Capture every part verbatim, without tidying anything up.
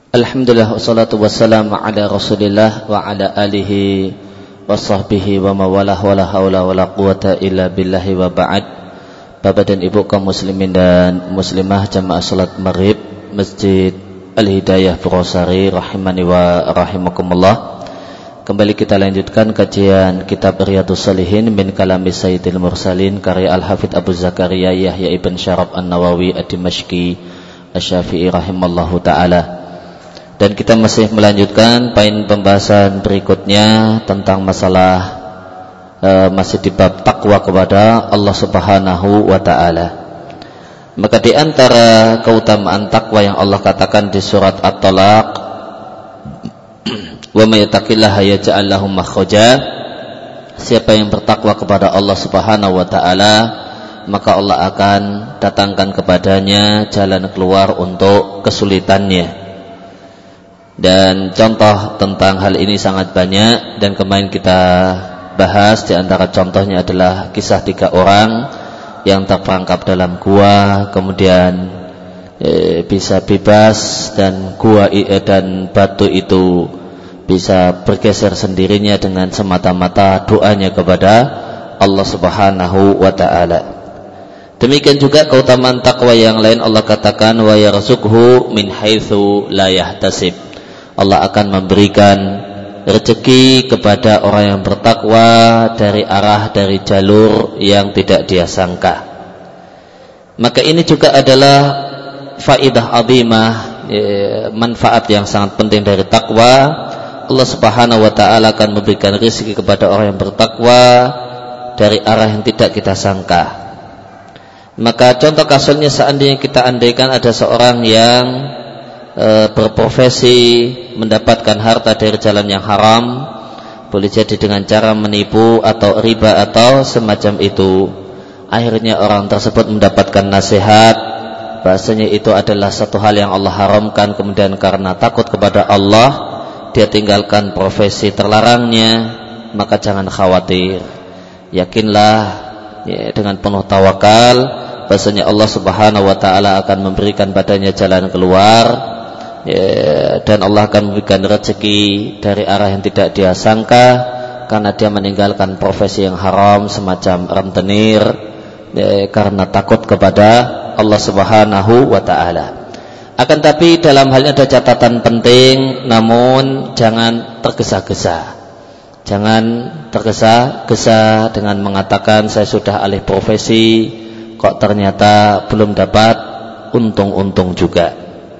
Alhamdulillah wassalatu wassalamu ala Rasulillah wa ala alihi wa sahbihi wa mawalah wa la haula wa la quwata illa billahi wa ba'd. Bapak dan Ibu kaum muslimin dan muslimah jamaah salat Maghrib Masjid Al-Hidayah Purwosari rahimani wa rahimakumullah. Kembali kita lanjutkan kajian kitab Riyadhus Shalihin min kalami Sayyidil Mursalin karya Al-Hafidz Abu Zakaria Yahya ibn Syaraf An-Nawawi Ad-Dimashqi Asy-Syafi'i rahimallahu taala. Dan kita masih melanjutkan poin pembahasan berikutnya tentang masalah e, masih di bab takwa kepada Allah Subhanahu wa taala. Maka di antara keutamaan takwa yang Allah katakan di surat At-Talaq, wa may yattaqillaha yaj'al lahu makhraja, siapa yang bertakwa kepada Allah Subhanahu wa taala, maka Allah akan datangkan kepadanya jalan keluar untuk kesulitannya. Dan contoh tentang hal ini sangat banyak, dan kemarin kita bahas di antara contohnya adalah kisah tiga orang yang terperangkap dalam gua, kemudian e, bisa bebas, dan gua e, dan batu itu bisa bergeser sendirinya dengan semata-mata doanya kepada Allah Subhanahu wa taala. Demikian juga keutamaan takwa yang lain, Allah katakan wa yarzuqhu min haitsu la yahtasib. Allah akan memberikan rezeki kepada orang yang bertakwa dari arah, dari jalur yang tidak dia sangka. Maka ini juga adalah faidah azimah, manfaat yang sangat penting dari takwa. Allah Subhanahu wa taala akan memberikan rezeki kepada orang yang bertakwa dari arah yang tidak kita sangka. Maka contoh kasusnya, seandainya kita andaikan ada seorang yang e, berprofesi mendapatkan harta dari jalan yang haram, boleh jadi dengan cara menipu atau riba atau semacam itu. Akhirnya orang tersebut mendapatkan nasihat bahasanya itu adalah satu hal yang Allah haramkan, kemudian karena takut kepada Allah dia tinggalkan profesi terlarangnya. Maka jangan khawatir, yakinlah ya, dengan penuh tawakal bahasanya Allah Subhanahu wa taala akan memberikan padanya jalan keluar, ya, dan Allah akan memberikan rezeki dari arah yang tidak dia sangka karena dia meninggalkan profesi yang haram semacam rentenir, ya, karena takut kepada Allah Subhanahu wa taala. Akan tapi dalam halnya ada catatan penting, namun jangan tergesa-gesa. Jangan tergesa-gesa dengan mengatakan saya sudah alih profesi, kok ternyata belum dapat untung-untung juga.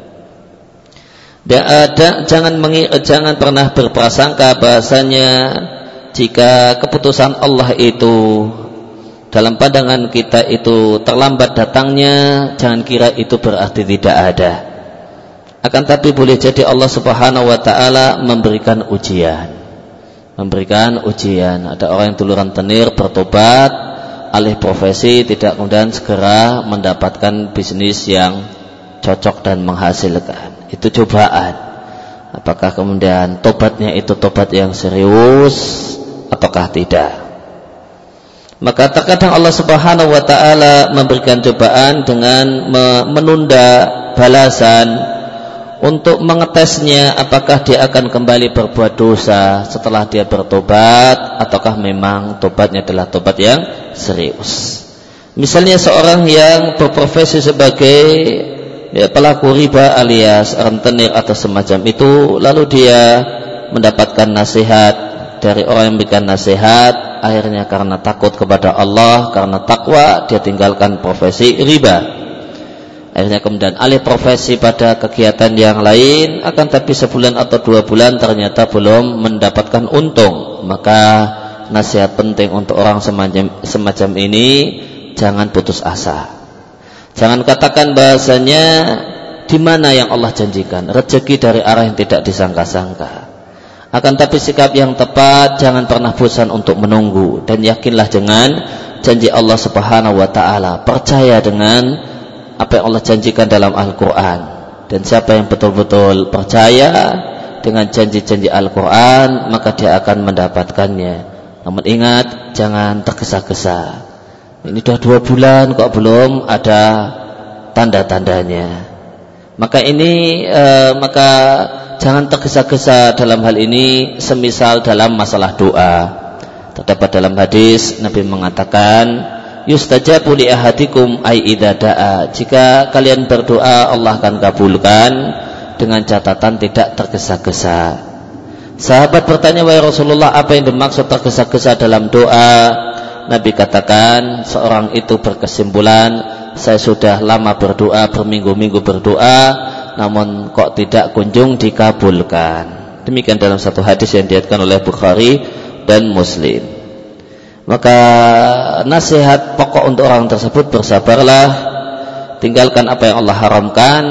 Dan ada, jangan mengi, jangan pernah berprasangka bahasanya jika keputusan Allah itu dalam pandangan kita itu terlambat datangnya, jangan kira itu berarti tidak ada. Akan tapi boleh jadi Allah Subhanahu wa taala memberikan ujian. Memberikan ujian. Ada orang yang dulu rentenir bertobat, alih profesi, tidak kemudian segera mendapatkan bisnis yang cocok dan menghasilkan. Itu cobaan. Apakah kemudian tobatnya itu tobat yang serius ataukah tidak? Maka terkadang Allah Subhanahu wa taala memberikan cobaan dengan menunda balasan untuk mengetesnya apakah dia akan kembali berbuat dosa setelah dia bertobat ataukah memang tobatnya adalah tobat yang serius. Misalnya seorang yang berprofesi sebagai ya, pelaku riba alias rentenir atau semacam itu, lalu dia mendapatkan nasihat dari orang yang memberikan nasihat, akhirnya karena takut kepada Allah, karena takwa, dia tinggalkan profesi riba. Akhirnya kemudian alih profesi pada kegiatan yang lain, akan tapi sebulan atau dua bulan ternyata belum mendapatkan untung. Maka nasihat penting untuk orang semacam, semacam ini, jangan putus asa. Jangan katakan bahasanya di mana yang Allah janjikan rezeki dari arah yang tidak disangka-sangka. Akan tapi sikap yang tepat, jangan pernah bosan untuk menunggu, dan yakinlah dengan janji Allah Subhanahu wa taala. Percaya dengan apa yang Allah janjikan dalam Al-Quran. Dan siapa yang betul-betul percaya dengan janji-janji Al-Quran, maka dia akan mendapatkannya. Namun ingat, jangan tergesa-gesa. Ini sudah dua bulan kok belum ada tanda-tandanya. Maka ini e, maka jangan tergesa-gesa dalam hal ini, semisal dalam masalah doa. Terdapat dalam hadis Nabi mengatakan, yustajabu li ahadikum ay idza da'a. Jika kalian berdoa Allah akan kabulkan, dengan catatan tidak tergesa-gesa. Sahabat bertanya, wahai Rasulullah, apa yang dimaksud tergesa-gesa dalam doa? Nabi katakan, seorang itu berkesimpulan, saya sudah lama berdoa, berminggu-minggu berdoa, namun kok tidak kunjung dikabulkan. Demikian dalam satu hadis yang diriwayatkan oleh Bukhari dan Muslim. Maka nasihat pokok untuk orang tersebut, bersabarlah, tinggalkan apa yang Allah haramkan,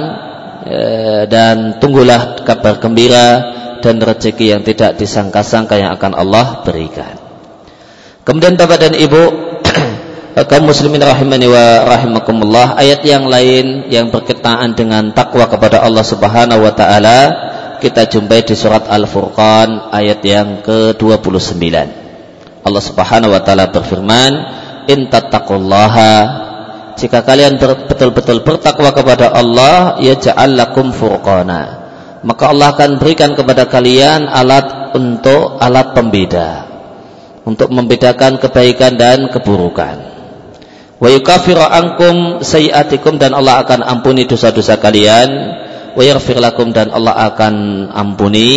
dan tunggulah kabar gembira dan rezeki yang tidak disangka-sangka yang akan Allah berikan. Kemudian Bapak dan Ibu kaum muslimin rahimani wa rahimakumullah, ayat yang lain yang berkaitan dengan takwa kepada Allah Subhanahu wa taala kita jumpai di surat Al-Furqan ayat yang ke dua puluh sembilan. Allah Subhanahu wa taala berfirman, in tattaqullaha, jika kalian betul-betul bertakwa kepada Allah, yaj'al lakum furqana, maka Allah akan berikan kepada kalian alat untuk alat pembeda, untuk membedakan kebaikan dan keburukan. Wa yukaffiru ankum sayiatikum, dan Allah akan ampuni dosa-dosa kalian. Wa yaghfir lakum, dan Allah akan ampuni.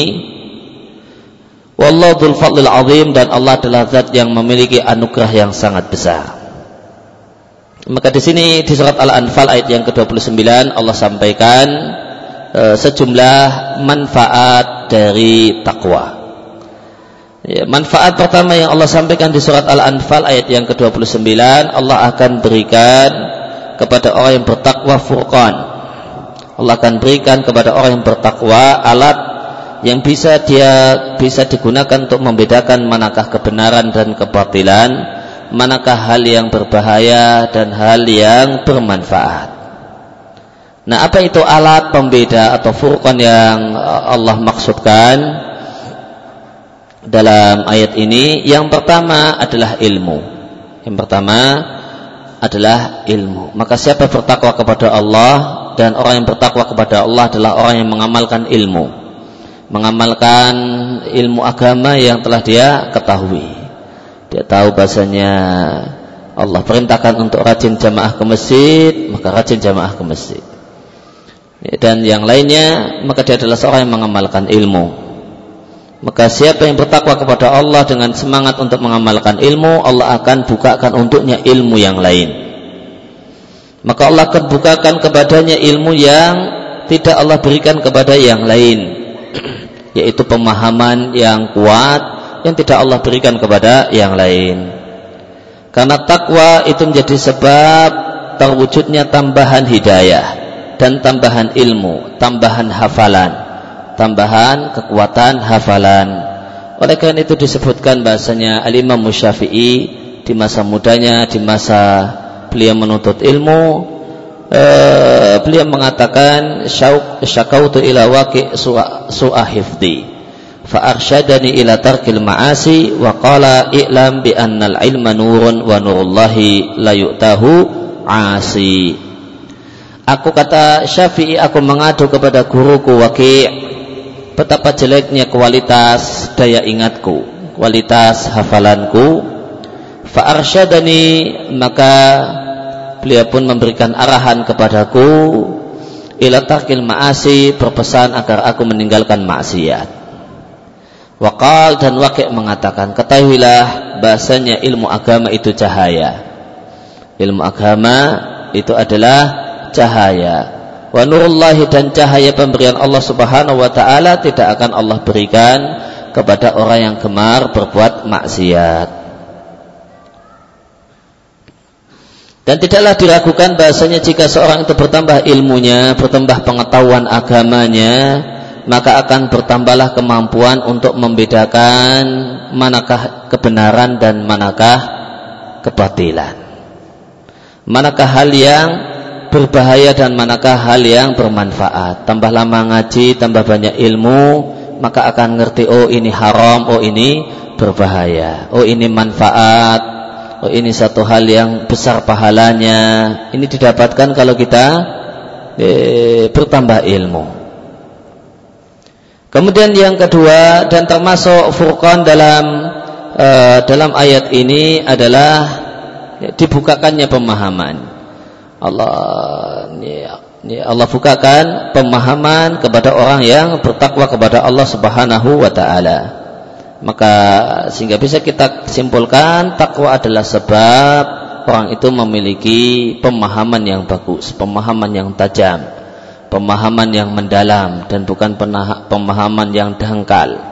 Wallahu dzul fadlil azim, dan Allah adalah zat yang memiliki anugerah yang sangat besar. Maka di sini di surat Al-Anfal ayat yang ke dua puluh sembilan Allah sampaikan e, sejumlah manfaat dari takwa. Ya, manfaat pertama yang Allah sampaikan di surat Al-Anfal ayat yang ke dua puluh sembilan, Allah akan berikan kepada orang yang bertakwa furqan. Allah akan berikan kepada orang yang bertakwa alat yang bisa dia bisa digunakan untuk membedakan manakah kebenaran dan kebatilan, manakah hal yang berbahaya dan hal yang bermanfaat. Nah, apa itu alat pembeda atau furqan yang Allah maksudkan dalam ayat ini? Yang pertama adalah ilmu. Yang pertama adalah ilmu. Maka siapa bertakwa kepada Allah, dan orang yang bertakwa kepada Allah adalah orang yang mengamalkan ilmu, mengamalkan ilmu agama yang telah dia ketahui. Dia tahu bahasanya Allah perintahkan untuk rajin jamaah ke masjid, maka rajin jamaah ke masjid. Dan yang lainnya, maka dia adalah seorang yang mengamalkan ilmu. Maka siapa yang bertakwa kepada Allah dengan semangat untuk mengamalkan ilmu, Allah akan bukakan untuknya ilmu yang lain. Maka Allah akan bukakan kepadanya ilmu yang tidak Allah berikan kepada yang lain, yaitu pemahaman yang kuat yang tidak Allah berikan kepada yang lain. Karena takwa itu menjadi sebab terwujudnya tambahan hidayah dan tambahan ilmu, tambahan hafalan, tambahan kekuatan hafalan. Oleh karena itu disebutkan bahasanya Al-Imam Syafi'i di masa mudanya, di masa beliau menuntut ilmu, eh, beliau mengatakan, syakautu ila waqi' su'a hifdi fa arsyadani ila tarkil ma'asi wa qala i'lam bi annal ilma nurun wa nurullahi la yu'tahu 'asi. Aku, kata Syafi'i, aku mengadu kepada guruku Waqi' betapa jeleknya kualitas daya ingatku, kualitas hafalanku. Fa arsyadani, maka beliau pun memberikan arahan kepadaku, ila tarkil ma'asi, berpesan agar aku meninggalkan maksiat. Waqal, dan Waqi' mengatakan, ketahuilah bahasanya ilmu agama itu cahaya. Ilmu agama itu adalah cahaya. Wa nurullahi, dan cahaya pemberian Allah Subhanahu wa taala tidak akan Allah berikan kepada orang yang gemar berbuat maksiat. Dan tidaklah diragukan bahasanya jika seorang itu bertambah ilmunya, bertambah pengetahuan agamanya, maka akan bertambahlah kemampuan untuk membedakan manakah kebenaran dan manakah kebatilan, manakah hal yang berbahaya dan manakah hal yang bermanfaat. Tambah lama ngaji, tambah banyak ilmu, maka akan ngerti, oh ini haram, oh ini berbahaya, oh ini manfaat, oh ini satu hal yang besar pahalanya. Ini didapatkan kalau kita eh, bertambah ilmu. Kemudian yang kedua, dan termasuk Furqan dalam eh, dalam ayat ini adalah ya, dibukakannya pemahaman. Allah ya, ya, Allah bukakan pemahaman kepada orang yang bertakwa kepada Allah Subhanahu wa taala. Maka sehingga bisa kita simpulkan takwa adalah sebab orang itu memiliki pemahaman yang bagus, pemahaman yang tajam, pemahaman yang mendalam, dan bukan pemahaman yang dangkal.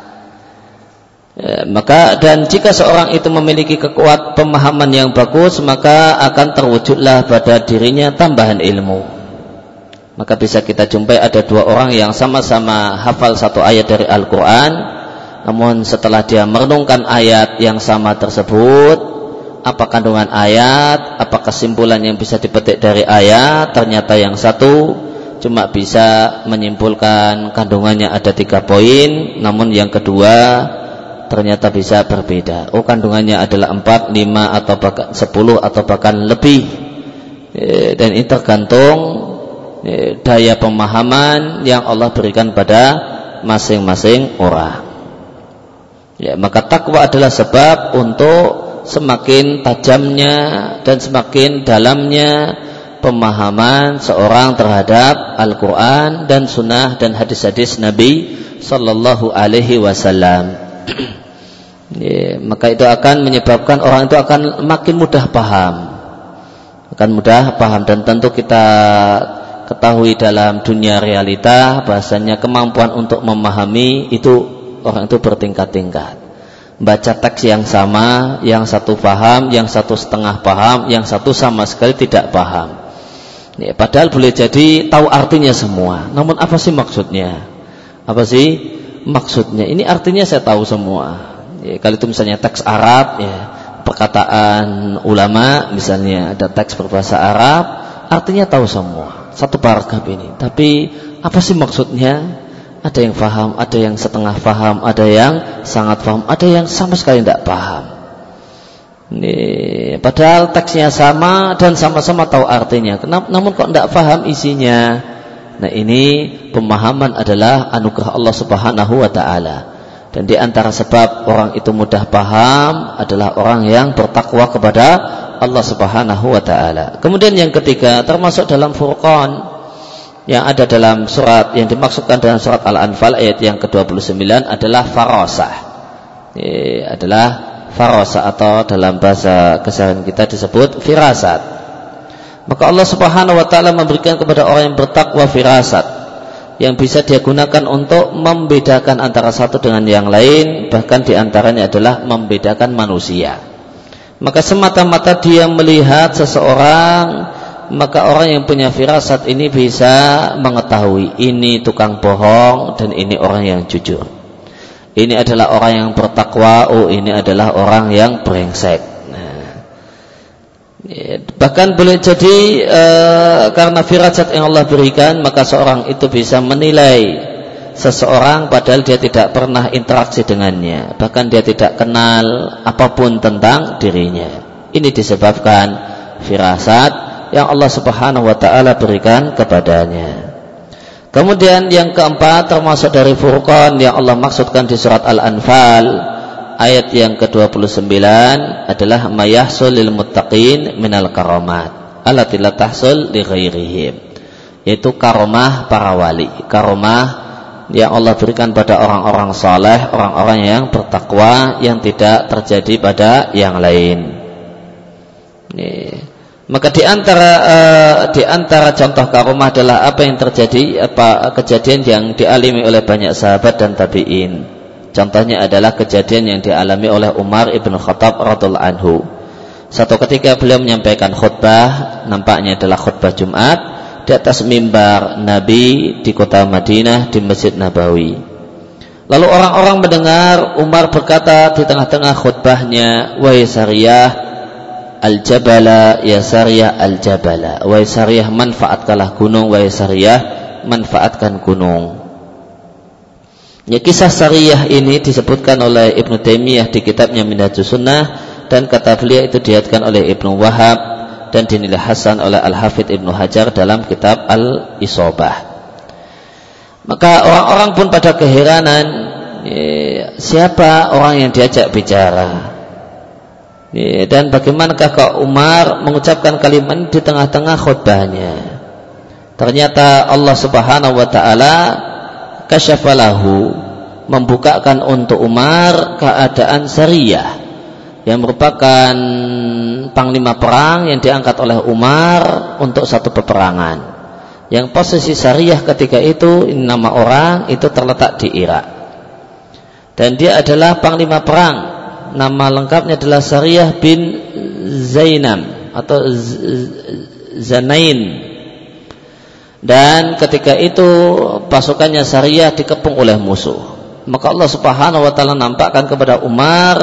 Ya, maka dan jika seorang itu memiliki kekuatan pemahaman yang bagus, maka akan terwujudlah pada dirinya tambahan ilmu. Maka bisa kita jumpai ada dua orang yang sama-sama hafal satu ayat dari Al-Quran, namun setelah dia merenungkan ayat yang sama tersebut, apa kandungan ayat, apa kesimpulan yang bisa dipetik dari ayat, ternyata yang satu cuma bisa menyimpulkan kandungannya ada tiga poin, namun yang kedua ternyata bisa berbeda. Oh, kandungannya adalah empat, lima, atau bahkan sepuluh, atau bahkan lebih. E, dan ini tergantung e, daya pemahaman yang Allah berikan pada masing-masing orang. Ya, maka takwa adalah sebab untuk semakin tajamnya dan semakin dalamnya pemahaman seorang terhadap Al-Quran dan Sunnah dan hadis-hadis Nabi Sallallahu Alaihi Wasallam. Ya, maka itu akan menyebabkan orang itu akan makin mudah paham, akan mudah paham. Dan tentu kita ketahui dalam dunia realita bahasanya kemampuan untuk memahami itu orang itu bertingkat-tingkat. Baca teks yang sama, yang satu paham, yang satu setengah paham, yang satu sama sekali tidak paham. Ya, padahal boleh jadi tahu artinya semua, namun apa sih maksudnya? Apa sih maksudnya? Ini artinya saya tahu semua. Ya, kalau itu misalnya teks Arab, ya, perkataan ulama, misalnya ada teks berbahasa Arab, artinya tahu semua, satu paragraf ini. Tapi apa sih maksudnya? Ada yang paham, ada yang setengah paham, ada yang sangat paham, ada yang sama sekali tidak paham. Ini, padahal teksnya sama dan sama-sama tahu artinya. Kenapa? Namun kok tidak paham isinya? Nah, ini pemahaman adalah anugerah Allah Subhanahu wa taala. Dan di antara sebab orang itu mudah paham adalah orang yang bertakwa kepada Allah Subhanahu wa taala. Kemudian yang ketiga, termasuk dalam Furqan yang ada dalam surat yang dimaksudkan dalam surat Al-Anfal ayat yang ke dua puluh sembilan adalah farasah. Ini adalah farasah, atau dalam bahasa keseharian kita disebut firasat. Maka Allah Subhanahu wa taala memberikan kepada orang yang bertakwa firasat yang bisa dia gunakan untuk membedakan antara satu dengan yang lain, bahkan diantaranya adalah membedakan manusia. Maka semata-mata dia melihat seseorang, maka orang yang punya firasat ini bisa mengetahui ini tukang bohong dan ini orang yang jujur. Ini adalah orang yang bertakwa, oh ini adalah orang yang brengsek. Nah, bahkan boleh jadi e, karena firasat yang Allah berikan, maka seorang itu bisa menilai seseorang padahal dia tidak pernah interaksi dengannya, bahkan dia tidak kenal apapun tentang dirinya. Ini disebabkan firasat yang Allah Subhanahu wa taala berikan kepadanya. Kemudian yang keempat, termasuk dari Furqan yang Allah maksudkan di surat Al-Anfal ayat yang ke dua puluh sembilan adalah mayahsul lil muttaqin minal karamat allati la tahsul li ghairihim, yaitu karomah para wali, karomah yang Allah berikan pada orang-orang saleh, orang-orang yang bertakwa yang tidak terjadi pada yang lain. Nih, maka di antara uh, di antara contoh karomah adalah apa yang terjadi, apa kejadian yang dialami oleh banyak sahabat dan tabi'in. Contohnya adalah kejadian yang dialami oleh Umar ibn Khattab radhiyallahu anhu. Satu ketika beliau menyampaikan khutbah, nampaknya adalah khutbah Jumat, di atas mimbar Nabi di kota Madinah di Masjid Nabawi. Lalu orang-orang mendengar Umar berkata di tengah-tengah khutbahnya, "Wahai Sariyah, Al-Jabala, ya Sariyah Al-Jabala, wahai Sariyah manfaatkanlah gunung, wahai Sariyah manfaatkan gunung." Ya, kisah Sariyah ini disebutkan oleh Ibnu Taimiyah di kitabnya Minhajus Sunnah, dan kata beliau itu diriwayatkan oleh Ibnu Wahab dan dinilai hasan oleh Al-Hafidz Ibnu Hajar dalam kitab Al-Isobah. Maka orang-orang pun pada keheranan, ya, siapa orang yang diajak bicara, ya, dan bagaimanakah kok Umar mengucapkan kalimat di tengah-tengah khutbahnya. Ternyata Allah Subhanahu wa taala kasyafalahu, membukakan untuk Umar keadaan Sariyah yang merupakan panglima perang yang diangkat oleh Umar untuk satu peperangan. Yang posisi Sariyah ketika itu, nama orang itu terletak di Irak, dan dia adalah panglima perang. Nama lengkapnya adalah Sariyah bin Zainam atau Zanain. Dan ketika itu pasukannya Sariyah dikepung oleh musuh. Maka Allah Subhanahu wa taala nampakkan kepada Umar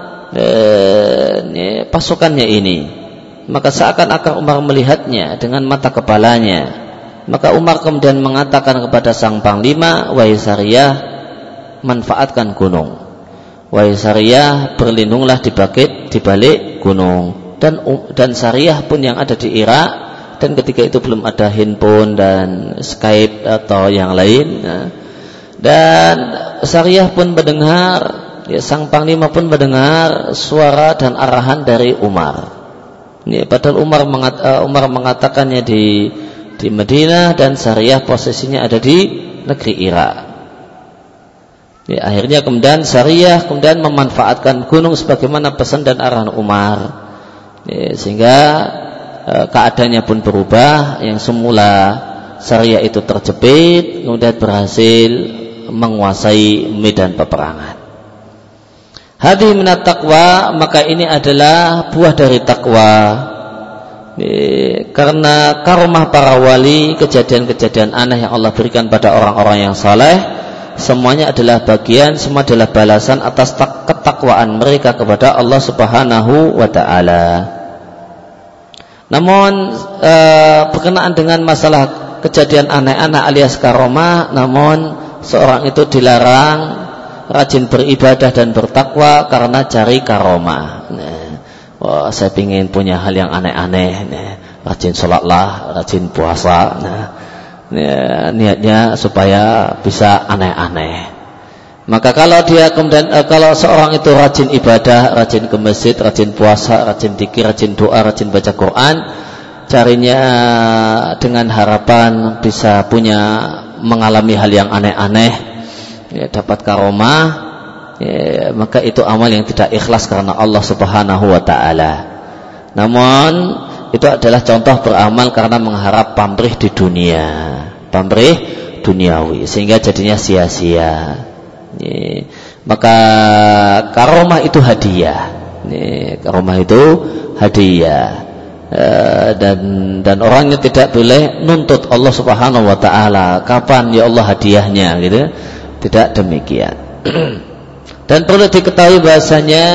eh, pasukannya ini. Maka seakan-akan Umar melihatnya dengan mata kepalanya. Maka Umar kemudian mengatakan kepada sang panglima, wahai Sariyah, manfaatkan gunung. Wahai Sariyah, berlindunglah di bukit di balik gunung. Dan dan Sariyah pun yang ada di Irak, dan ketika itu belum ada handphone dan Skype atau yang lain. Nah, dan Sariyah pun mendengar, ya, sang panglima pun mendengar suara dan arahan dari Umar. Ini padahal Umar, mengat, uh, Umar mengatakannya di di Madinah dan Sariyah posisinya ada di negeri Irak. Ya, akhirnya kemudian Sariyah kemudian memanfaatkan gunung sebagaimana pesan dan arahan Umar, ya, sehingga uh, keadaannya pun berubah. Yang semula Sariyah itu terjepit, kemudian berhasil menguasai medan peperangan. Hadhi minat taqwa, maka ini adalah buah dari takwa. E, karena karomah para wali, kejadian-kejadian aneh yang Allah berikan pada orang-orang yang saleh, semuanya adalah bagian, semua adalah balasan atas tak, ketakwaan mereka kepada Allah Subhanahu wa taala. Namun e, berkenaan dengan masalah kejadian aneh-aneh alias karomah, namun seorang itu dilarang rajin beribadah dan bertakwa karena cari karomah. Nah, wah, saya ingin punya hal yang aneh-aneh. Nah, rajin sholatlah, rajin puasa. Nah, ya, niatnya supaya bisa aneh-aneh. Maka kalau dia kemudian eh, kalau seorang itu rajin ibadah, rajin ke masjid, rajin puasa, rajin dzikir, rajin doa, rajin baca Quran, carinya dengan harapan bisa punya mengalami hal yang aneh-aneh, ya, dapat karomah, ya, maka itu amal yang tidak ikhlas karena Allah Subhanahu wa taala. Namun itu adalah contoh beramal karena mengharap pamrih di dunia, pamrih duniawi, sehingga jadinya sia-sia. Ya, maka karomah itu hadiah, ya, karomah itu hadiah. Uh, dan dan orangnya tidak boleh nuntut Allah Subhanahu wa taala kapan ya Allah hadiahnya, gitu. Tidak demikian. Dan perlu diketahui bahasanya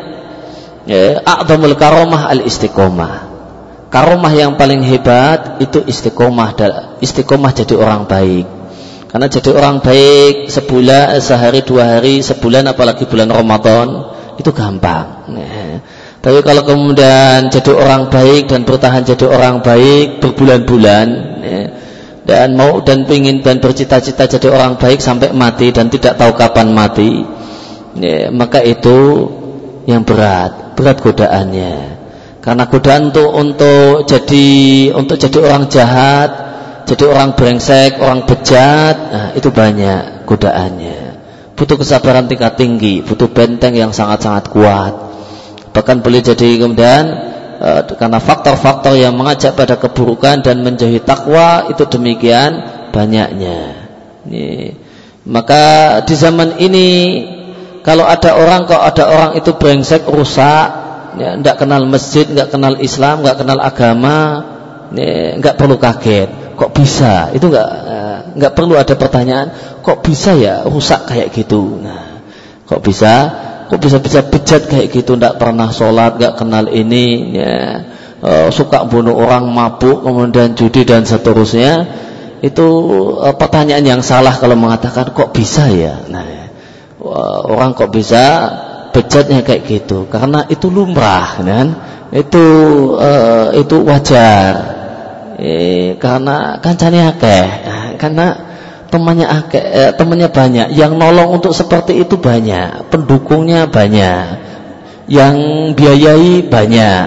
ya, a'zamul karomah al-istiqomah. Karomah yang paling hebat itu istiqomah, istiqomah jadi orang baik. Karena jadi orang baik sebulan, sehari, dua hari, sebulan, apalagi bulan Ramadan itu gampang. Ya. Tapi kalau kemudian jadi orang baik dan bertahan jadi orang baik berbulan-bulan, ya, dan mau dan ingin dan bercita-cita jadi orang baik sampai mati dan tidak tahu kapan mati, ya, maka itu yang berat, berat godaannya. Karena godaan untuk untuk jadi untuk jadi orang jahat, jadi orang brengsek, orang bejat, nah, itu banyak godaannya. Butuh kesabaran tingkat tinggi, butuh benteng yang sangat-sangat kuat. Bahkan boleh jadi kemudian e, karena faktor-faktor yang mengajak pada keburukan dan menjauhi takwa itu demikian banyaknya. Ini. Maka di zaman ini kalau ada orang kok ada orang itu brengsek, rusak, ya, tidak kenal masjid, tidak kenal Islam, tidak kenal agama, ya, nggak perlu kaget. Kok bisa? Itu nggak nggak perlu ada pertanyaan. Kok bisa ya rusak kayak gitu? Nah, kok bisa? Kok bisa-bisa bejat kayak gitu, tidak pernah sholat, gak kenal ini, ya, uh, suka bunuh orang, mabuk, kemudian judi dan seterusnya. Itu uh, pertanyaan yang salah kalau mengatakan kok bisa ya. Nah, uh, orang kok bisa bejatnya kayak gitu, karena itu lumrah kan, itu uh, itu wajar, eh, karena kancane akeh, karena temannya akeh, eh, temannya banyak, yang nolong untuk seperti itu banyak, pendukungnya banyak, yang biayai banyak.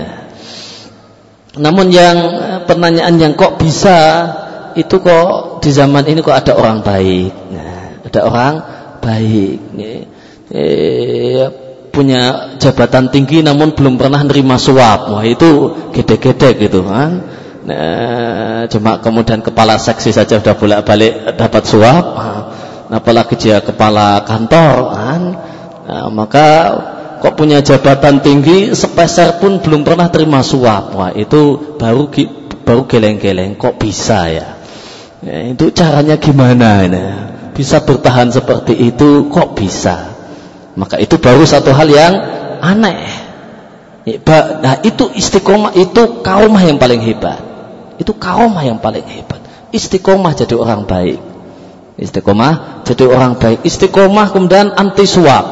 Namun yang pertanyaan yang kok bisa itu kok di zaman ini kok ada orang baik, nah, ada orang baik, eh, eh, punya jabatan tinggi namun belum pernah nerima suap, wah itu gede-gede gitu kan. Nah, cuma kemudian kepala seksi saja sudah bolak-balik dapat suap, nah, apalagi dia kepala kantor kan. Nah, maka kok punya jabatan tinggi sepeser pun belum pernah terima suap, wah itu baru baru geleng-geleng, kok bisa ya, ya itu caranya gimana ya? Bisa bertahan seperti itu, kok bisa? Maka itu baru satu hal yang aneh. Nah itu istiqomah, itu karomah yang paling hebat, itu karomah yang paling hebat. Istiqomah jadi orang baik, istiqomah jadi orang baik, istiqomah kemudian anti suap.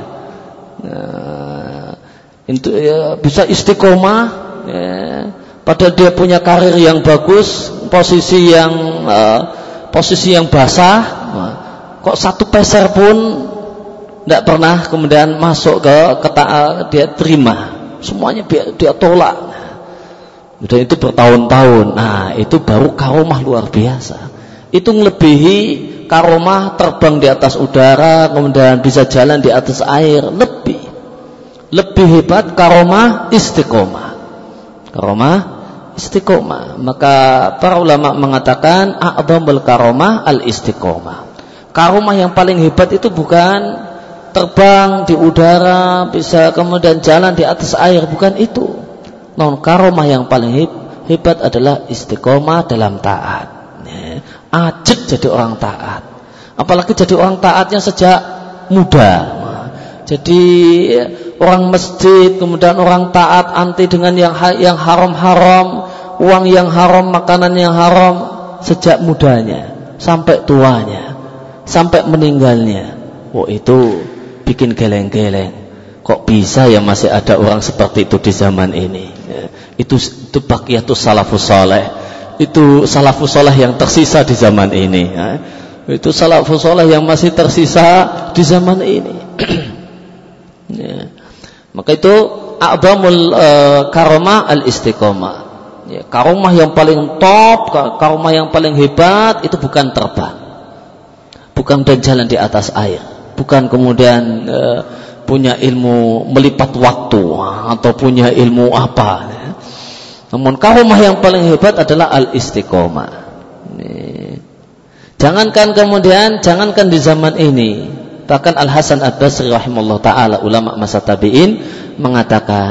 Nah, itu ya, bisa istiqomah ya, padahal dia punya karir yang bagus, posisi yang uh, posisi yang basah, nah, kok satu peser pun tidak pernah kemudian masuk ke kata dia terima, semuanya dia, dia tolak, dan itu bertahun-tahun. Nah itu baru karomah luar biasa, itu melebihi karomah terbang di atas udara kemudian bisa jalan di atas air, lebih lebih hebat karomah istiqomah, karomah istiqomah. Maka para ulama mengatakan a'dhamul karomah al istiqomah. Karomah yang paling hebat itu bukan terbang di udara bisa kemudian jalan di atas air, bukan itu. Non karomah yang paling hebat adalah istiqomah dalam taat. Ajak jadi orang taat, apalagi jadi orang taatnya sejak muda. Jadi orang masjid kemudian orang taat, anti dengan yang yang haram-haram, uang yang haram, makanan yang haram sejak mudanya sampai tuanya, sampai meninggalnya. Oh itu bikin geleng-geleng. Kok bisa ya masih ada orang seperti itu di zaman ini? Itu itu baqiyatus salafus saleh. Itu salafus saleh yang tersisa di zaman ini, ya. Itu salafus saleh yang masih tersisa di zaman ini. Ya. Maka itu a'dhamul uh, karomah al istiqomah, ya, karomah yang paling top, karomah yang paling hebat itu bukan terbang, bukan dan jalan di atas air, bukan kemudian uh, punya ilmu melipat waktu atau punya ilmu apa, ya. Namun karomah yang paling hebat adalah al-istiqomah. Jangankan kemudian, jangankan di zaman ini, bahkan Al-Hasan Al-Basri rahimahullah ta'ala, ulama masa tabi'in, mengatakan,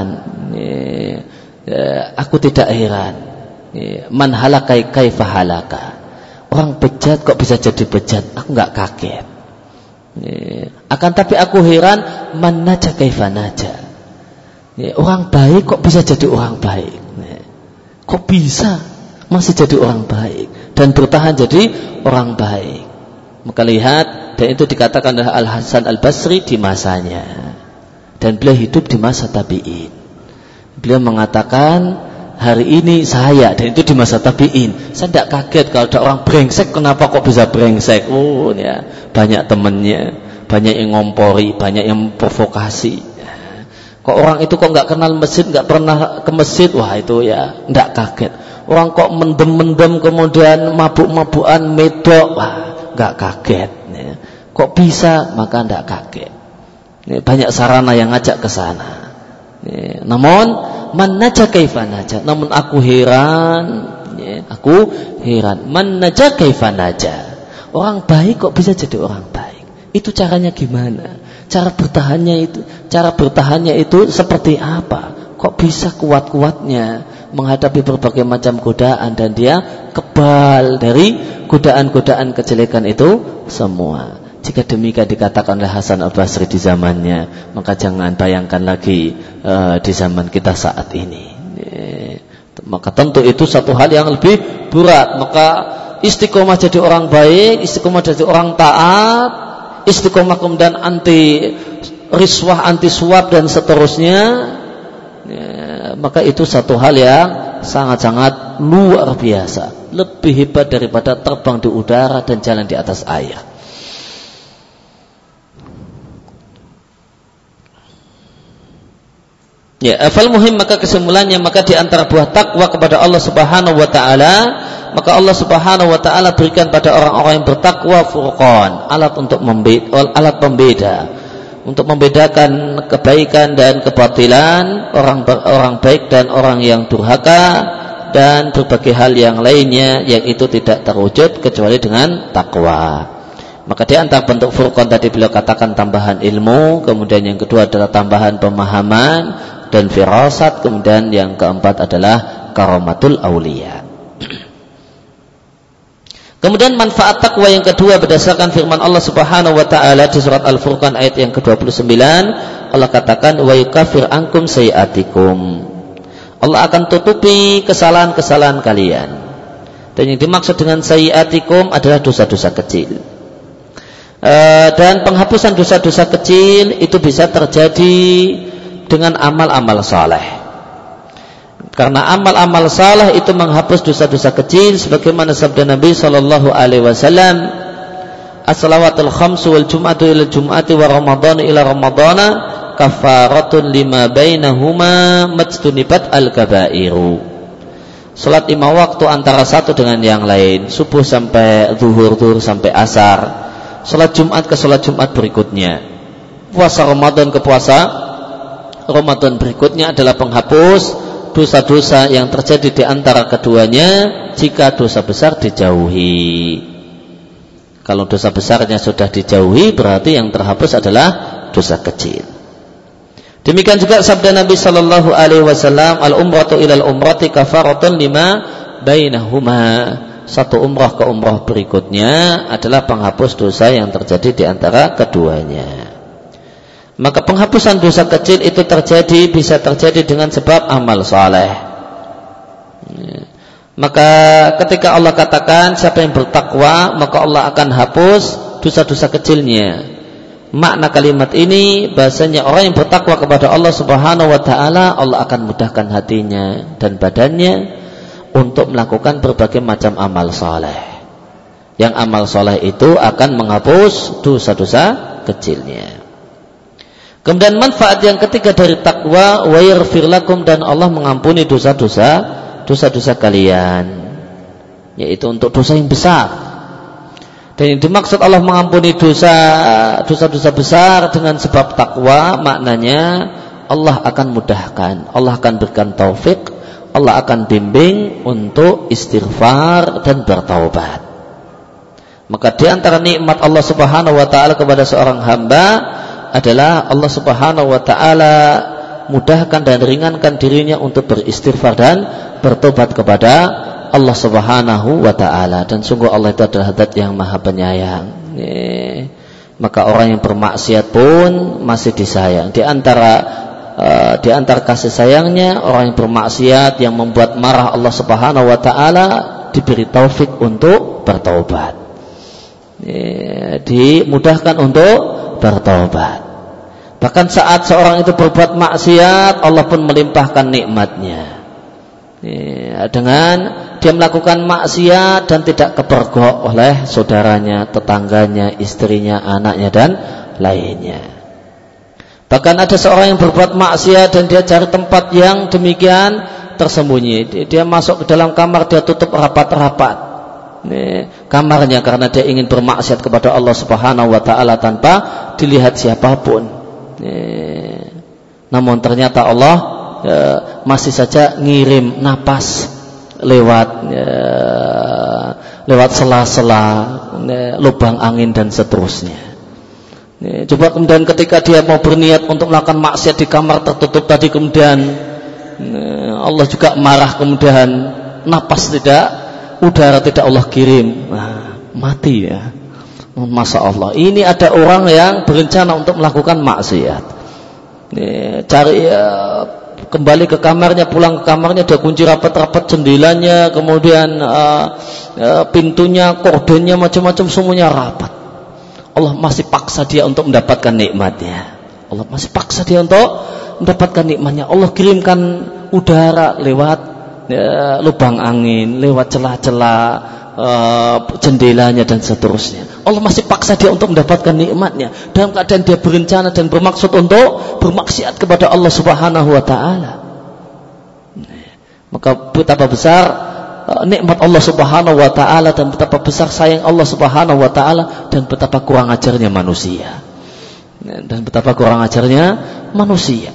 aku tidak heran, man halakai kaifa halaka, orang bejat kok bisa jadi bejat, aku enggak kaget. Akan tapi aku heran, man naja kaifa naja, orang baik kok bisa jadi orang baik. Kok bisa masih jadi orang baik dan bertahan jadi orang baik. Maka lihat, dan itu dikatakan oleh Al-Hasan Al-Basri di masanya, dan beliau hidup di masa tabi'in. Beliau mengatakan, hari ini saya, dan itu di masa tabi'in, saya tidak kaget kalau ada orang brengsek. Kenapa kok bisa brengsek? Oh ya, banyak temannya, banyak yang ngompori, banyak yang provokasi. Kok orang itu kok nggak kenal masjid, nggak pernah ke masjid, wah itu ya nggak kaget. Orang kok mendem-mendem kemudian mabuk-mabukan medok, wah nggak kaget. Ya. Kok bisa? Maka nggak kaget. Ya, banyak sarana yang ngajak ke sana. Ya, namun man naja kaifa naja. Namun aku heran, ya, aku heran. Man naja kaifa naja. Orang baik kok bisa jadi orang baik? Itu caranya gimana? Cara bertahannya itu, cara bertahannya itu seperti apa? Kok bisa kuat-kuatnya menghadapi berbagai macam godaan dan dia kebal dari godaan-godaan kejelekan itu semua. Jika demikian dikatakan oleh Hasan Al-Basri di zamannya, maka jangan bayangkan lagi uh, di zaman kita saat ini. E, maka tentu itu satu hal yang lebih berat. Maka istiqomah jadi orang baik, istiqomah jadi orang taat, istiqomah kemudian anti riswah, anti suap dan seterusnya, ya, maka itu satu hal yang sangat-sangat luar biasa, lebih hebat daripada terbang di udara dan jalan di atas air. Ya, afal muhim, maka kesimpulannya, maka di antara buah takwa kepada Allah Subhanahu wa taala, maka Allah Subhanahu wa taala berikan pada orang-orang yang bertakwa furqan, alat untuk membeda, alat pembeda, untuk membedakan kebaikan dan kebatilan, orang orang baik dan orang yang durhaka, dan berbagai hal yang lainnya yang itu tidak terwujud kecuali dengan takwa. Maka di antara bentuk furqan tadi beliau katakan tambahan ilmu, kemudian yang kedua adalah tambahan pemahaman dan firasat, kemudian yang keempat adalah karamatul aulia. Kemudian manfaat takwa yang kedua berdasarkan firman Allah Subhanahu wa taala di surat Al-Furqan ayat yang kedua puluh sembilan, Allah katakan wa yukafir ankum sayiatikum. Allah akan tutupi kesalahan-kesalahan kalian. Dan yang dimaksud dengan sayiatikum adalah dosa-dosa kecil. E, dan penghapusan dosa-dosa kecil itu bisa terjadi dengan amal-amal saleh. Karena amal-amal saleh itu menghapus dosa-dosa kecil, sebagaimana sabda Nabi sallallahu alaihi wasallam, as-salawatul khamsu wal jum'atu ila jum'ati wa ramadhanu ila ramadhana kafaratun lima bainahuma majtunibat al-kabairu. Salat lima waktu antara satu dengan yang lain, subuh sampai zuhur, zuhur sampai asar, salat Jumat ke salat Jumat berikutnya, puasa Ramadan ke puasa Ramadan berikutnya adalah penghapus dosa-dosa yang terjadi di antara keduanya jika dosa besar dijauhi. Kalau dosa besarnya sudah dijauhi, berarti yang terhapus adalah dosa kecil. Demikian juga sabda Nabi sallallahu alaihi wasallam, al-umratu ilal umrati kafaratun lima bainahuma. Satu umrah ke umrah berikutnya adalah penghapus dosa yang terjadi di antara keduanya. Maka penghapusan dosa kecil itu terjadi, bisa terjadi dengan sebab amal saleh. Maka ketika Allah katakan siapa yang bertakwa, maka Allah akan hapus dosa-dosa kecilnya. Makna kalimat ini bahasanya orang yang bertakwa kepada Allah Subhanahu wa taala, Allah akan mudahkan hatinya dan badannya untuk melakukan berbagai macam amal saleh. Yang amal saleh itu akan menghapus dosa-dosa kecilnya. Kemudian manfaat yang ketiga dari takwa, wa yaghfir lakum, dan Allah mengampuni dosa-dosa dosa-dosa kalian, yaitu untuk dosa yang besar. Dan yang dimaksud Allah mengampuni dosa dosa-dosa besar dengan sebab takwa, maknanya Allah akan mudahkan, Allah akan berikan taufik, Allah akan bimbing untuk istighfar dan bertaubat. Maka di antara nikmat Allah Subhanahu wa taala kepada seorang hamba adalah Allah Subhanahu wa taala mudahkan dan ringankan dirinya untuk beristighfar dan bertobat kepada Allah Subhanahu wa taala. Dan sungguh Allah itu adalah zat yang maha penyayang. Nih, maka orang yang bermaksiat pun masih disayang. Di antara uh, di antara kasih sayangnya, orang yang bermaksiat yang membuat marah Allah Subhanahu wa taala diberi taufik untuk bertobat. Nih, dimudahkan untuk bertobat. Bahkan saat seorang itu berbuat maksiat, Allah pun melimpahkan nikmatnya. Ya, dengan dia melakukan maksiat dan tidak kepergok oleh saudaranya, tetangganya, istrinya, anaknya dan lainnya. Bahkan ada seorang yang berbuat maksiat dan dia cari tempat yang demikian tersembunyi. Dia masuk ke dalam kamar, dia tutup rapat-rapat kamarnya karena dia ingin bermaksiat kepada Allah Subhanahu wa taala tanpa dilihat siapapun. Namun ternyata Allah ya, masih saja ngirim napas lewat ya, lewat sela-sela ya, lubang angin dan seterusnya. Ya, coba kemudian ketika dia mau berniat untuk melakukan maksiat di kamar tertutup tadi, kemudian ya, Allah juga marah, kemudian napas tidak, udara tidak Allah kirim, nah, mati ya. Masya Allah, ini ada orang yang berencana untuk melakukan maksiat. Nih, cari ya, kembali ke kamarnya, pulang ke kamarnya, dia kunci rapat-rapat jendelanya, kemudian uh, uh, pintunya, kordennya, macam-macam semuanya rapat. Allah masih paksa dia untuk mendapatkan nikmatnya. Allah masih paksa dia untuk mendapatkan nikmatnya. Allah kirimkan udara lewat ya, lubang angin, lewat celah-celah uh, jendelanya dan seterusnya. Allah masih paksa dia untuk mendapatkan nikmatnya dalam keadaan dia berencana dan bermaksud untuk bermaksiat kepada Allah Subhanahu wa taala. Maka betapa besar uh, nikmat Allah Subhanahu wa taala dan betapa besar sayang Allah Subhanahu wa taala dan betapa kurang ajarnya manusia. Dan betapa kurang ajarnya manusia.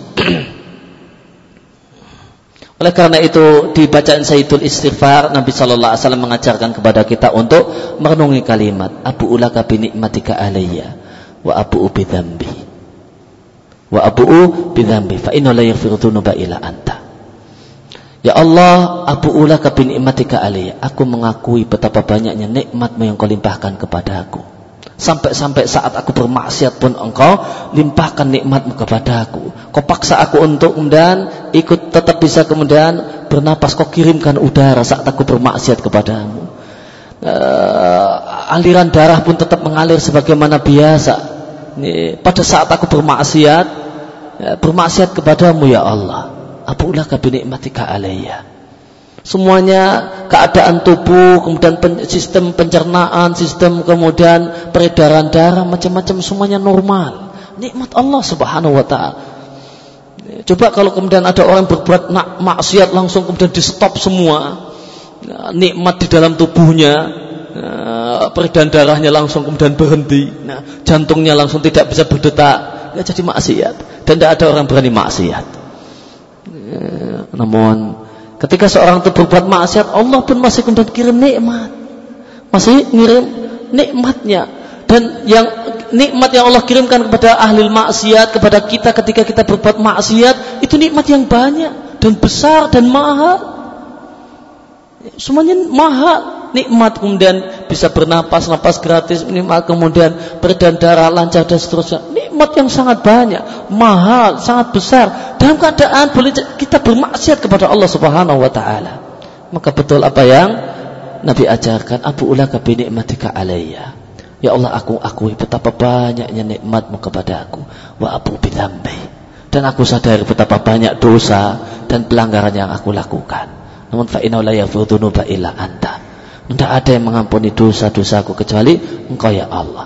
Oleh karena itu di bacaan Sayyidul Istighfar Nabi sallallahu alaihi wasallam mengajarkan kepada kita untuk merenungi kalimat abu'ulaka bi ni'matika alayya wa abu'u bi dzambi wa abu'u bi dzambi fa inna la yaghfiru dzunuba illa anta. Ya Allah, abu'ulaka bi ni'matika alayya, aku mengakui betapa banyaknya nikmat-Mu yang Kau limpahkan kepada aku. Sampai-sampai saat aku bermaksiat pun Engkau limpahkan nikmat-Mu kepada aku. Kau paksa aku untuk kemudian ikut tetap bisa kemudian bernapas. Kau kirimkan udara saat aku bermaksiat kepadamu. Uh, aliran darah pun tetap mengalir sebagaimana biasa. Ini, pada saat aku bermaksiat, ya, bermaksiat kepadamu ya Allah. Abu'ulaka bi ni'matika alayya. Semuanya keadaan tubuh, kemudian pen, sistem pencernaan, sistem kemudian peredaran darah, macam-macam semuanya normal. Nikmat Allah Subhanahu wa taala. Coba kalau kemudian ada orang berbuat nak, maksiat langsung kemudian di stop semua. Nah, nikmat di dalam tubuhnya, nah, peredaran darahnya langsung kemudian berhenti. Nah, jantungnya langsung tidak bisa berdetak. Ya jadi maksiat dan tidak ada orang berani maksiat. Ya, namun ketika seorang itu berbuat maksiat, Allah pun masih kemudian kirim nikmat, masih ngirim nikmatnya. Dan yang nikmat yang Allah kirimkan kepada ahli maksiat, kepada kita ketika kita berbuat maksiat, itu nikmat yang banyak dan besar dan mahal. Semuanya mahal. Nikmat kemudian bisa bernapas, napas gratis, nikmat kemudian beredaran darah lancar dan seterusnya. Nikmat yang sangat banyak, mahal, sangat besar. Dalam keadaan boleh kita bermaksiat kepada Allah Subhanahu wa taala. Maka betul apa yang Nabi ajarkan, abu'ulaka bi ni'matika alayya. Ya Allah, aku akui betapa banyaknya nikmat-Mu kepada aku. Wa abu bi dzambi. Dan aku sadari betapa banyak dosa dan pelanggaran yang aku lakukan. Namun fa inna la yaghfiru dzunuba illa anta. Tidak ada yang mengampuni dosa-dosaku kecuali Engkau ya Allah.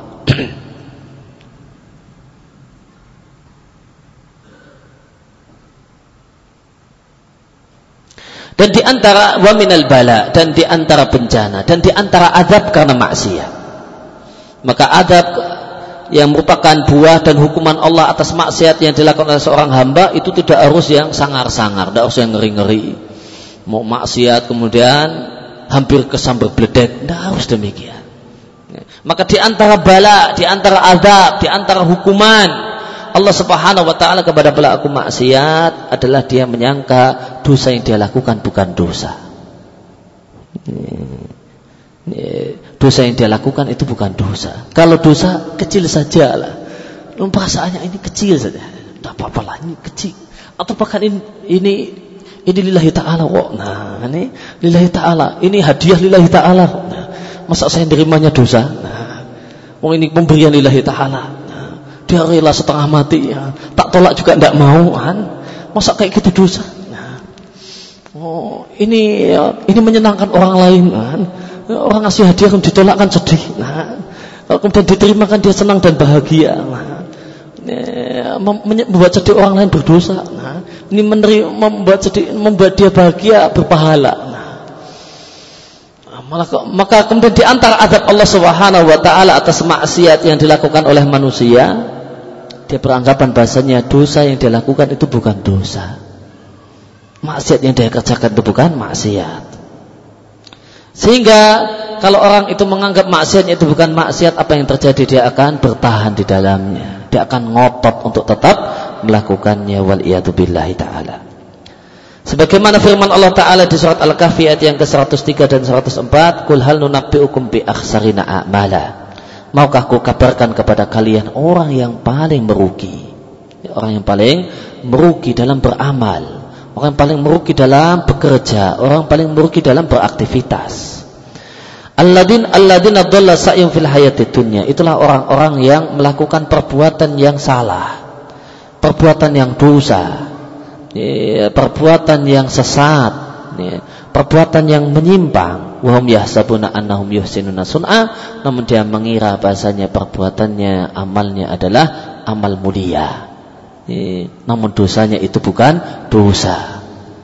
Dan di antara wa minal bala, dan di antara bencana, dan di antara azab karena maksiat. Maka azab yang merupakan buah dan hukuman Allah atas maksiat yang dilakukan oleh seorang hamba itu tidak harus yang sangar-sangar, tidak harus yang ngeri-ngeri. Mau maksiat kemudian hampir kesambar beledek, tidak harus demikian. Maka di antara bala, di antara azab, di antara hukuman Allah Subhanahu wa taala kepada pelaku maksiat adalah dia menyangka dosa yang dia lakukan bukan dosa. Dosa yang dia lakukan itu bukan dosa. Kalau dosa kecil sajalah. Perasaannya ini kecil saja. Tidak apa-apa lah, ini kecil. Atau bahkan ini ini Ini lillahi ta'ala kok. Nah, ini lillahi ta'ala. Ini hadiah lillahi ta'ala. Nah, masa saya nerimanya dosa? Nah, oh ini pemberian lillahi ta'ala. Nah, dia rela setengah mati. Ya. Tak tolak juga tidak mau. Kan? Masa kayak gitu dosa? Nah, oh ini ya, ini menyenangkan orang lain. Kan? Orang ngasih hadiah kan ditolak kan sedih. Nah, kalau kemudian diterima kan dia senang dan bahagia. Nah, membuat sedih orang lain berdosa. Nah, ini menerima, membuat sedih, membuat dia bahagia berpahala. Nah, maka, maka kemudian di antara azab Allah Subhanahu wa taala atas maksiat yang dilakukan oleh manusia, dia beranggapan bahasanya dosa yang dia lakukan itu bukan dosa. Maksiat yang dia kerjakan itu bukan maksiat. Sehingga kalau orang itu menganggap maksiatnya itu bukan maksiat, apa yang terjadi? Dia akan bertahan di dalamnya. Dia akan ngotot untuk tetap melakukannya, wal iyadu billahi ta'ala. Sebagaimana firman Allah Ta'ala di surat Al-Kahfi ayat yang ke seratus tiga dan seratus empat, Qul hal nunabbi'ukum bi akhsarina a'mala. Maukah aku kabarkan kepada kalian orang yang paling merugi, orang yang paling merugi dalam beramal, orang yang paling merugi dalam bekerja, orang yang paling merugi dalam beraktivitas. Alladin alladina dhalla sa'yum fil hayatid dunya. Itulah orang-orang yang melakukan perbuatan yang salah, perbuatan yang dosa, perbuatan yang sesat, perbuatan yang menyimpang. Wahum yahsabuna annahum yuhsinuna sun'a, namun dia mengira bahasanya perbuatannya, amalnya adalah amal mulia, namun dosanya itu bukan dosa.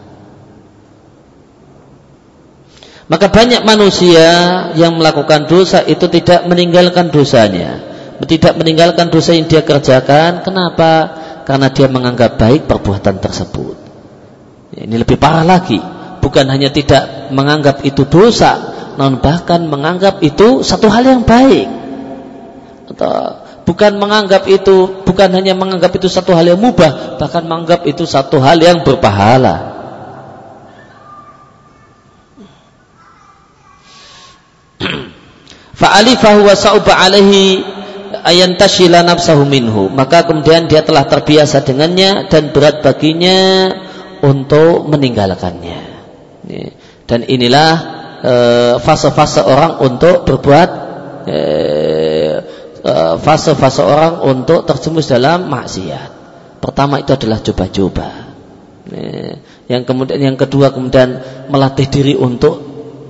Maka banyak manusia yang melakukan dosa itu tidak meninggalkan dosanya, tidak meninggalkan dosa yang dia kerjakan. Kenapa? Karena dia menganggap baik perbuatan tersebut. Ini lebih parah lagi. Bukan hanya tidak menganggap itu dosa, namun bahkan menganggap itu satu hal yang baik. Atau bukan menganggap itu, bukan hanya menganggap itu satu hal yang mubah, bahkan menganggap itu satu hal yang berpahala. Fa'alifahu wa sa'uba alaihi ayantashila nafsahu minhu, maka kemudian dia telah terbiasa dengannya dan berat baginya untuk meninggalkannya. Dan inilah e, fase-fase orang untuk berbuat e, e, fase-fase orang untuk terjerumus dalam maksiat. Pertama itu adalah coba-coba. E, yang kemudian yang kedua kemudian melatih diri untuk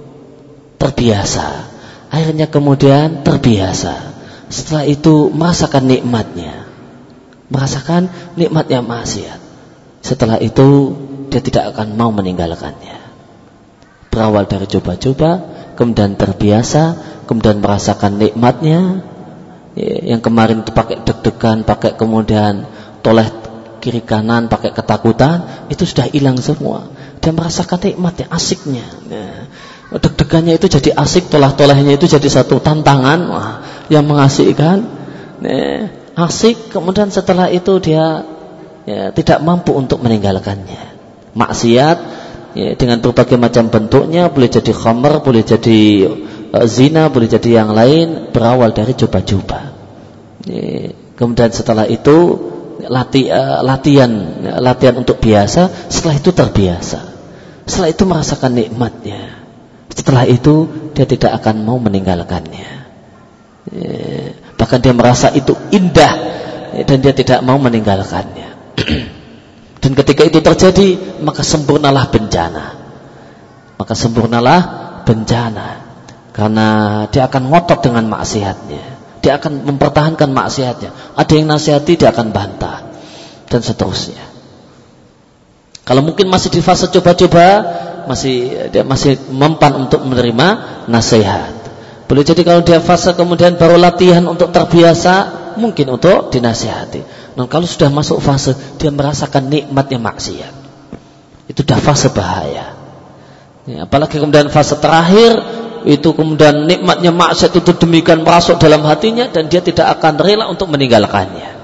terbiasa. Akhirnya kemudian terbiasa. Setelah itu merasakan nikmatnya, merasakan nikmatnya maksiat. Setelah itu dia tidak akan mau meninggalkannya. Berawal dari coba-coba, kemudian terbiasa, kemudian merasakan nikmatnya. Yang kemarin itu pakai deg-degan, pakai kemudian toleh kiri kanan, pakai ketakutan, itu sudah hilang semua. Dia merasakan nikmatnya, asiknya. Nah, deg-degannya itu jadi asik, tolah-tolahnya itu jadi satu tantangan, wah, yang mengasihkan, nah, asik. Kemudian setelah itu dia ya, tidak mampu untuk meninggalkannya. Maksiat ya, dengan berbagai macam bentuknya, boleh jadi khamr, boleh jadi uh, zina, boleh jadi yang lain, berawal dari coba-coba. Ya, kemudian setelah itu lati, uh, latihan, latihan untuk biasa. Setelah itu terbiasa. Setelah itu merasakan nikmatnya. Setelah itu dia tidak akan mau meninggalkannya. Ya, bahkan dia merasa itu indah ya, dan dia tidak mau meninggalkannya. Dan ketika itu terjadi, maka sempurnalah bencana. Maka sempurnalah bencana. Karena dia akan ngotot dengan maksiatnya. Dia akan mempertahankan maksiatnya. Ada yang nasihati, dia akan bantah. Dan seterusnya. Kalau mungkin masih di fase coba-coba, masih dia masih mempan untuk menerima nasihat. Boleh jadi kalau dia fase kemudian baru latihan untuk terbiasa, mungkin untuk dinasihati. Nah, kalau sudah masuk fase dia merasakan nikmatnya maksiat, itu dah fase bahaya. Ya, apalagi kemudian fase terakhir itu kemudian nikmatnya maksiat itu demikian masuk dalam hatinya dan dia tidak akan rela untuk meninggalkannya.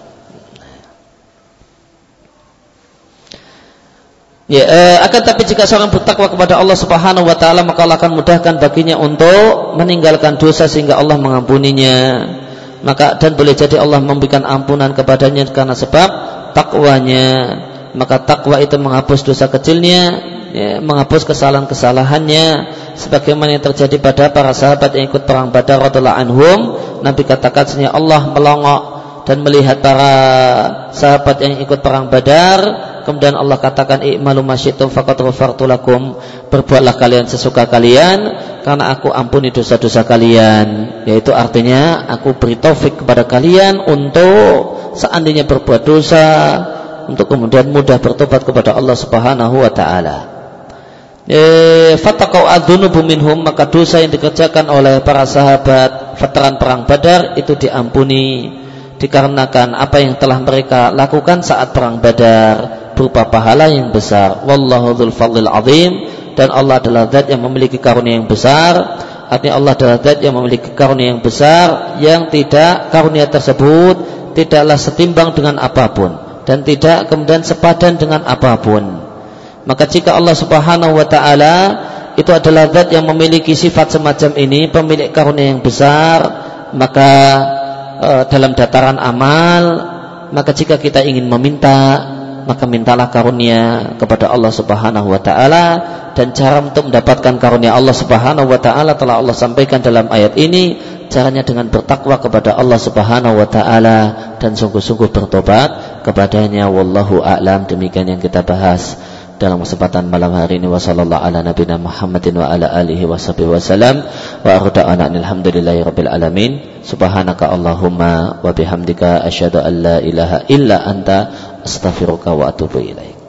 Ya, eh, akan tapi jika seorang bertakwa kepada Allah Subhanahu wa taala, maka Allah akan mudahkan baginya untuk meninggalkan dosa sehingga Allah mengampuninya. Maka dan boleh jadi Allah memberikan ampunan kepadanya karena sebab takwanya. Maka takwa itu menghapus dosa kecilnya, ya, menghapus kesalahan-kesalahannya, sebagaimana yang terjadi pada para sahabat yang ikut perang Badar radhiyallahu anhum. Nabi katakan sesungguhnya Allah melongok dan melihat para sahabat yang ikut perang Badar. Kemudian Allah katakan i'malu masyitum faqad ghafartu lakum, berbuatlah kalian sesuka kalian karena aku ampuni dosa-dosa kalian. Yaitu artinya aku beri taufik kepada kalian untuk seandainya berbuat dosa, untuk kemudian mudah bertobat kepada Allah Subhanahu wa taala. Eh fataqau adzunubu minhum, maka dosa yang dikerjakan oleh para sahabat veteran perang Badar itu diampuni dikarenakan apa yang telah mereka lakukan saat perang Badar berupa pahala yang besar. Wallahu dzul fadlil azim, dan Allah adalah zat yang memiliki karunia yang besar. Artinya Allah adalah zat yang memiliki karunia yang besar, yang tidak karunia tersebut tidaklah setimbang dengan apapun dan tidak kemudian sepadan dengan apapun. Maka jika Allah Subhanahu wa taala itu adalah zat yang memiliki sifat semacam ini, pemilik karunia yang besar, maka e, dalam dataran amal, maka jika kita ingin meminta, maka mintalah karunia kepada Allah Subhanahu wa taala. Dan cara untuk mendapatkan karunia Allah Subhanahu wa taala telah Allah sampaikan dalam ayat ini. Caranya dengan bertakwa kepada Allah Subhanahu wa taala dan sungguh-sungguh bertobat kepadanya. Wallahu a'lam. Demikian yang kita bahas dalam kesempatan malam hari ini. Wa sallallahu ala nabiyina Muhammadin wa ala alihi wa sahbihi wa salam. Wa akhiru da'wana alhamdulillahi rabbil alamin. Subhanaka Allahumma wa bihamdika asyhadu an la ilaha illa anta astaghfiruka wa atubu ilaik.